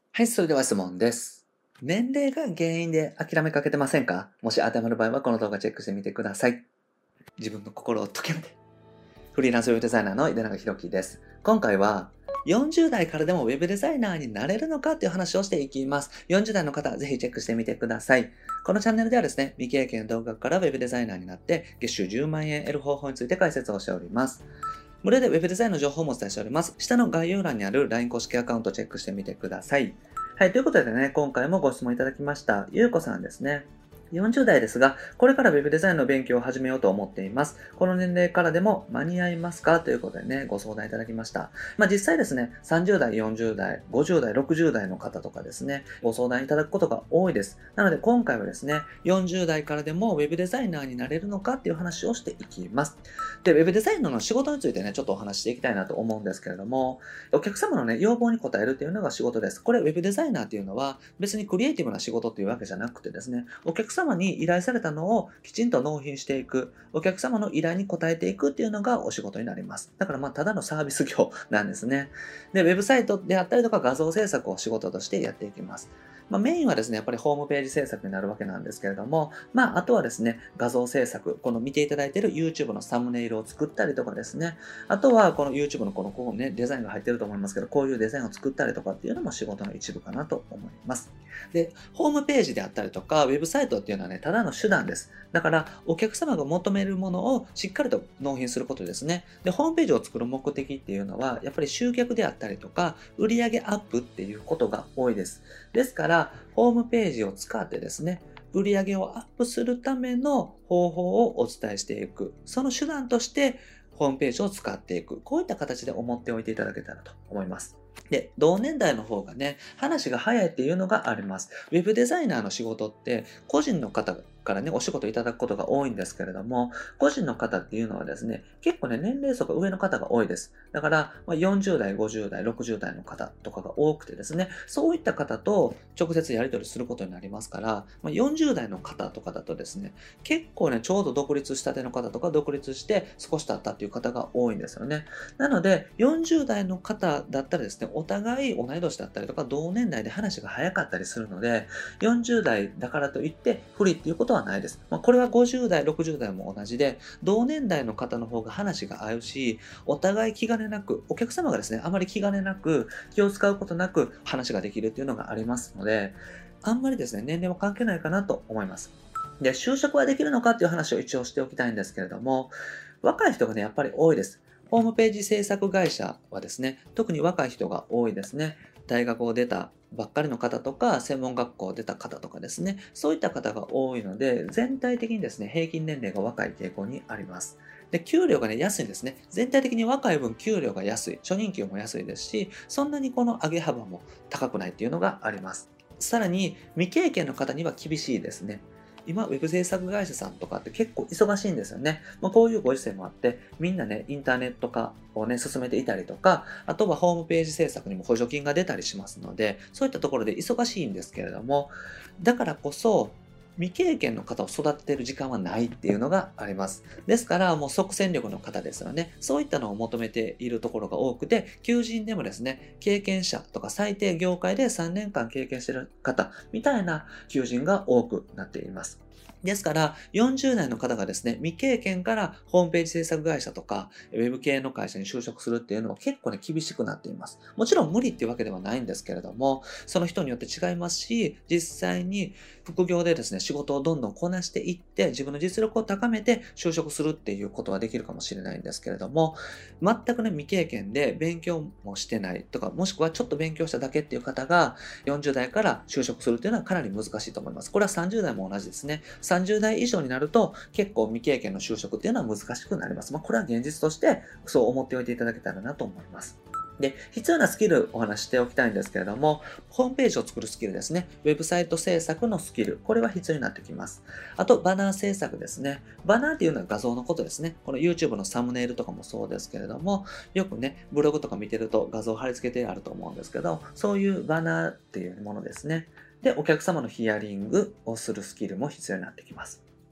はい、それでは質問です。年齢が原因で諦めかけてませんか？もし当てはまる場合はこの動画チェックしてみてください。自分の心を解けるで。フリーランスウェブデザイナーの井出永弘樹です。今回は40代からでもウェブデザイナーになれるのかっていう話をしていきます。40代の方、ぜひチェックしてみてください。このチャンネルではですね、未経験動画からウェブデザイナーになって月収10万円得る方法について解説をしております。無料でウェブデザインの情報もお伝えしております。下の概要欄にある LINE 公式アカウントをチェックしてみてください。はい、ということでね、今回もご質問いただきました。ゆうこさんですね。40代ですが、これからウェブデザインの勉強を始めようと思っています。この年齢からでも間に合いますかということでね、ご相談いただきました。実際ですね、30代、40代、50代、60代の方とかですね、ご相談いただくことが多いです。なので今回はですね、40代からでもウェブデザイナーになれるのかっていう話をしていきます。で、ウェブデザイナーの仕事についてね、ちょっとお話ししていきたいなと思うんですけれども、お客様のね、要望に応えるっていうのが仕事です。これ、ウェブデザイナーっていうのは、別にクリエイティブな仕事っていうわけじゃなくてですね、お客様に依頼されたのをきちんと納品していく、お客様の依頼に応えていくっていうのがお仕事になります。だからただのサービス業なんですね。で、ウェブサイトであったりとか画像制作を仕事としてやっていきます。メインはですね、やっぱりホームページ制作になるわけなんですけれども、あとはですね、画像制作、この見ていただいている YouTube のサムネイルを作ったりとかですね、あとはこの YouTube のこうね、デザインが入ってると思いますけど、こういうデザインを作ったりとかっていうのも仕事の一部かなと思います。で、ホームページであったりとか、ウェブサイトっていうのはね、ただの手段です。だから、お客様が求めるものをしっかりと納品することですね。で、ホームページを作る目的っていうのは、やっぱり集客であったりとか、売上アップっていうことが多いです。ですから、ホームページを使ってですね、売上をアップするための方法をお伝えしていく。その手段として、ホームページを使っていく。こういった形で思っておいていただけたらと思います。で、同年代の方がね、話が早いっていうのがあります。ウェブデザイナーの仕事って、個人の方からね、お仕事いただくことが多いんですけれども、個人の方っていうのはですね、結構ね、年齢層が上の方が多いです。だから、40代、50代、60代の方とかが多くてですね、そういった方と直接やり取りすることになりますから、40代の方とかだとですね、結構ね、ちょうど独立したての方とか、独立して少し経ったっていう方が多いんですよね。なので、40代の方だったらですね、お互い同い年だったりとか、同年代で話が早かったりするので、40代だからといって不利っていうことはないです。これは50代、60代も同じで、同年代の方の方が話が合うし、お互い気兼ねなく、お客様がですね、あまり気兼ねなく、気を使うことなく話ができるっていうのがありますので、あんまりですね、年齢も関係ないかなと思います。で、就職はできるのかっていう話を一応しておきたいんですけれども、若い人がね、やっぱり多いです。ホームページ制作会社はですね、特に若い人が多いですね。大学を出たばっかりの方とか、専門学校を出た方とかですね、そういった方が多いので、全体的にですね、平均年齢が若い傾向にあります。で、給料がね、安いんですね。全体的に若い分給料が安い。初任給も安いですし、そんなにこの上げ幅も高くないっていうのがあります。さらに、未経験の方には厳しいですね。今、ウェブ制作会社さんとかって結構忙しいんですよね。こういうご時世もあって、みんなね、インターネット化をね、進めていたりとか、あとはホームページ制作にも補助金が出たりしますので、そういったところで忙しいんですけれども、だからこそ、未経験の方を育てている時間はないっていうのがあります。ですから、もう即戦力の方ですよね。そういったのを求めているところが多くて、求人でもですね、経験者とか最低業界で3年間経験している方みたいな求人が多くなっています。ですから、40代の方がですね、未経験からホームページ制作会社とか、ウェブ系の会社に就職するっていうのは結構ね、厳しくなっています。もちろん無理っていうわけではないんですけれども、その人によって違いますし、実際に副業でですね、仕事をどんどんこなしていって、自分の実力を高めて就職するっていうことはできるかもしれないんですけれども、全くね、未経験で勉強もしてないとか、もしくはちょっと勉強しただけっていう方が、40代から就職するっていうのはかなり難しいと思います。これは30代も同じですね。30代以上になると結構未経験の就職っていうのは難しくなります。これは現実としてそう思っておいていただけたらなと思います。で、必要なスキルお話ししておきたいんですけれども、ホームページを作るスキルですね。ウェブサイト制作のスキル。これは必要になってきます。あと、バナー制作ですね。バナーっていうのは画像のことですね。この YouTube のサムネイルとかもそうですけれども、よくね、ブログとか見てると画像貼り付けてあると思うんですけど、そういうバナーっていうものですね。で、お客様のヒアリングをするスキルも必要になってきます。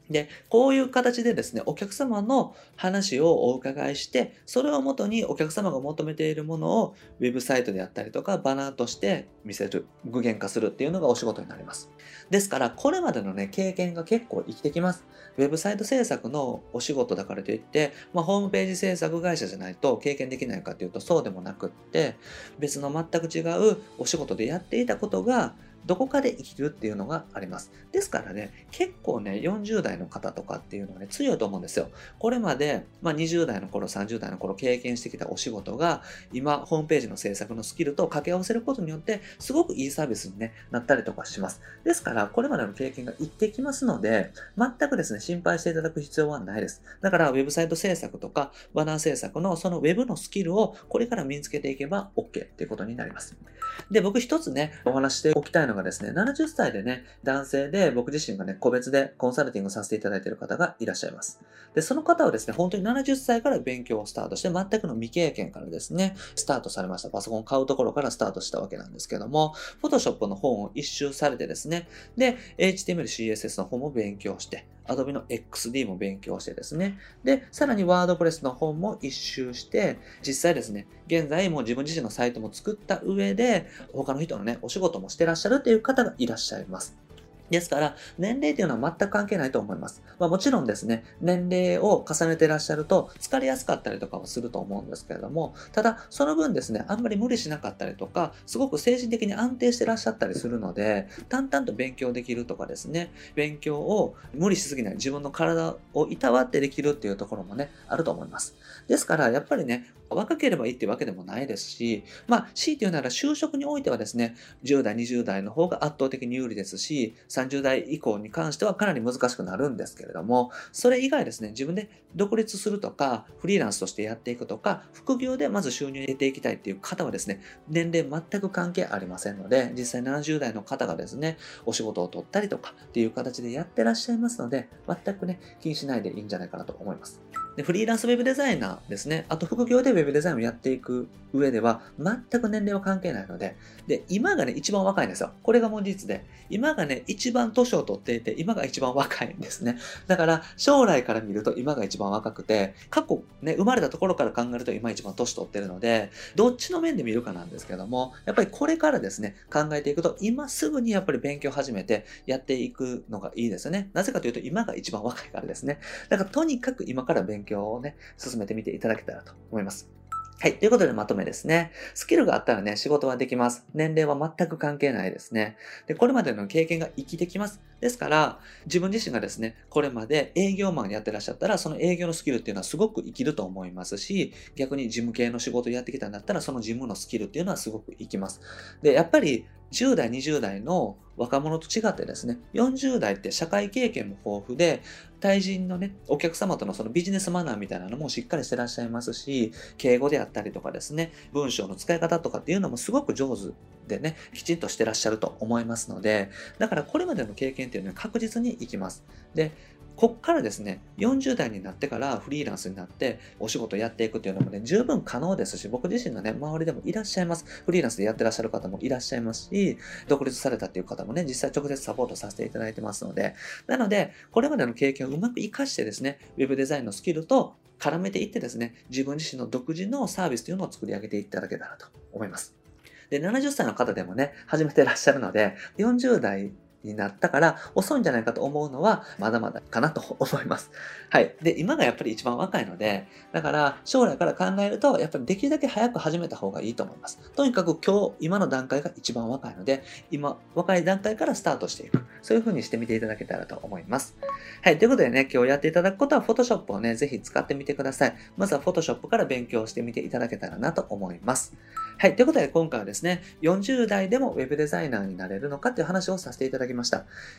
で、こういう形でですね、お客様の話をお伺いして、それをもとにお客様が求めているものをウェブサイトであったりとか、バナーとして見せる、具現化するっていうのがお仕事になります。ですから、これまでのね、経験が結構生きてきます。ウェブサイト制作のお仕事だからといって、ホームページ制作会社じゃないと経験できないかっていうとそうでもなくって、別の全く違うお仕事でやっていたことが、どこかで生きるっていうのがあります。ですからね、結構ね、40代の方とかっていうのはね、強いと思うんですよ。これまで、20代の頃、30代の頃経験してきたお仕事が、今、ホームページの制作のスキルと掛け合わせることによって、すごくいいサービスに、ね、なったりとかします。ですから、これまでの経験が生きてきますので、全くですね、心配していただく必要はないです。だから、ウェブサイト制作とか、バナー制作のそのウェブのスキルをこれから身につけていけば OK っていうことになります。で、僕一つね、お話しておきたいのがですね、70歳でね、男性で僕自身がね、個別でコンサルティングさせていただいている方がいらっしゃいます。で、その方はですね、本当に70歳から勉強をスタートして、全くの未経験からですね、スタートされました。パソコンを買うところからスタートしたわけなんですけども、Photoshop の本を一周されてですね、で、HTML、CSS の本も勉強して、Adobe の XD も勉強してですね。で、さらに WordPress の本も一周して、実際ですね、現在もう自分自身のサイトも作った上で、他の人のね、お仕事もしてらっしゃるっていう方がいらっしゃいます。ですから、年齢というのは全く関係ないと思います。もちろんですね、年齢を重ねてらっしゃると疲れやすかったりとかはすると思うんですけれども、ただ、その分ですね、あんまり無理しなかったりとか、すごく精神的に安定してらっしゃったりするので、淡々と勉強できるとかですね、勉強を無理しすぎない、自分の体をいたわってできるっていうところもね、あると思います。ですから、やっぱりね、若ければいいってわけでもないですし、強いて言うなら就職においてはですね、10代、20代の方が圧倒的に有利ですし、30代以降に関してはかなり難しくなるんですけれども、それ以外ですね、自分で独立するとか、フリーランスとしてやっていくとか、副業でまず収入を得ていきたいっていう方はですね、年齢全く関係ありませんので、実際70代の方がですね、お仕事を取ったりとかっていう形でやってらっしゃいますので、全くね、気にしないでいいんじゃないかなと思います。で、フリーランスウェブデザイナーですね。あと副業でウェブデザインをやっていく上では、全く年齢は関係ないので、で、今がね、一番若いんですよ。これがもう事実で、今がね、一番年を取っていて、今が一番若いんですね。だから、将来から見ると今が一番若くて、過去ね、生まれたところから考えると今一番年取ってるので、どっちの面で見るかなんですけども、やっぱりこれからですね、考えていくと、今すぐにやっぱり勉強を始めてやっていくのがいいですよね。なぜかというと、今が一番若いからですね。だからとにかく今から勉強をね、進めてみていただけたらと思います。はい。ということでまとめですね。スキルがあったらね、仕事はできます。年齢は全く関係ないですね。で、これまでの経験が生きてきます。ですから、自分自身がですね、これまで営業マンやってらっしゃったら、その営業のスキルっていうのはすごく生きると思いますし、逆に事務系の仕事をやってきたんだったら、その事務のスキルっていうのはすごく生きます。で、やっぱり、10代、20代の若者と違ってですね、40代って社会経験も豊富で、対人のね、お客様とのそのビジネスマナーみたいなのもしっかりしてらっしゃいますし、敬語であったりとかですね、文章の使い方とかっていうのもすごく上手でね、きちんとしてらっしゃると思いますので、だからこれまでの経験っていうのは確実に生きます。で、こっからですね、40代になってからフリーランスになってお仕事やっていくっていうのもね、十分可能ですし、僕自身のね、周りでもいらっしゃいます。フリーランスでやってらっしゃる方もいらっしゃいますし、独立されたっていう方もね、実際直接サポートさせていただいてますので、なので、これまでの経験をうまく活かしてですね、ウェブデザインのスキルと絡めていってですね、自分自身の独自のサービスというのを作り上げていただけたらと思います。で、70歳の方でもね、始めてらっしゃるので、40代になったから遅いんじゃないかと思うのはまだまだかなと思います。はい。で、今がやっぱり一番若いので、だから将来から考えると、やっぱりできるだけ早く始めた方がいいと思います。とにかく今の段階が一番若いので、今、若い段階からスタートしていく。そういう風にしてみていただけたらと思います。はい。ということでね、今日やっていただくことは Photoshop をね、ぜひ使ってみてください。まずは Photoshop から勉強してみていただけたらなと思います。はい。ということで今回はですね、40代でも Web デザイナーになれるのかっていう話をさせていただきました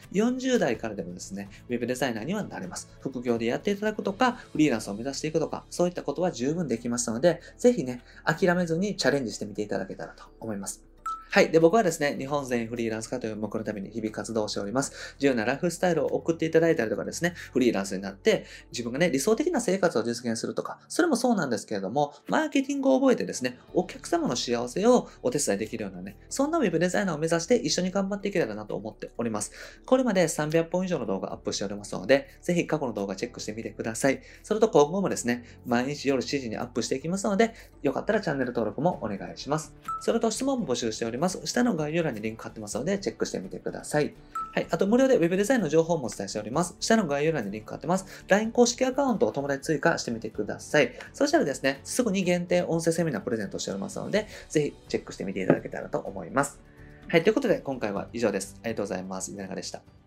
。40代からでもですね、Web デザイナーにはなれます。副業でやっていただくとか、フリーランスを目指していくとか、そういったことは十分できますので、ぜひね、諦めずにチャレンジしてみていただけたらと思います。 はい。で、僕はですね、日本全員フリーランス化という目標のために日々活動しております。自由なライフスタイルを送っていただいたりとかですね、フリーランスになって、自分がね、理想的な生活を実現するとか、それもそうなんですけれども、マーケティングを覚えてですね、お客様の幸せをお手伝いできるようなね、そんなウェブデザイナーを目指して一緒に頑張っていけたらなと思っております。これまで300本以上の動画アップしておりますので、ぜひ過去の動画チェックしてみてください。それと今後もですね、毎日夜7時にアップしていきますので、よかったらチャンネル登録もお願いします。それと質問も募集しております。下の概要欄にリンク貼ってますので、チェックしてみてください。はい。あと、無料で Web デザインの情報もお伝えしております。下の概要欄にリンク貼ってます。LINE 公式アカウントを友達追加してみてください。そしたらですね、すぐに限定音声セミナープレゼントしておりますので、ぜひチェックしてみていただけたらと思います。はい。ということで、今回は以上です。ありがとうございます。稲永でした。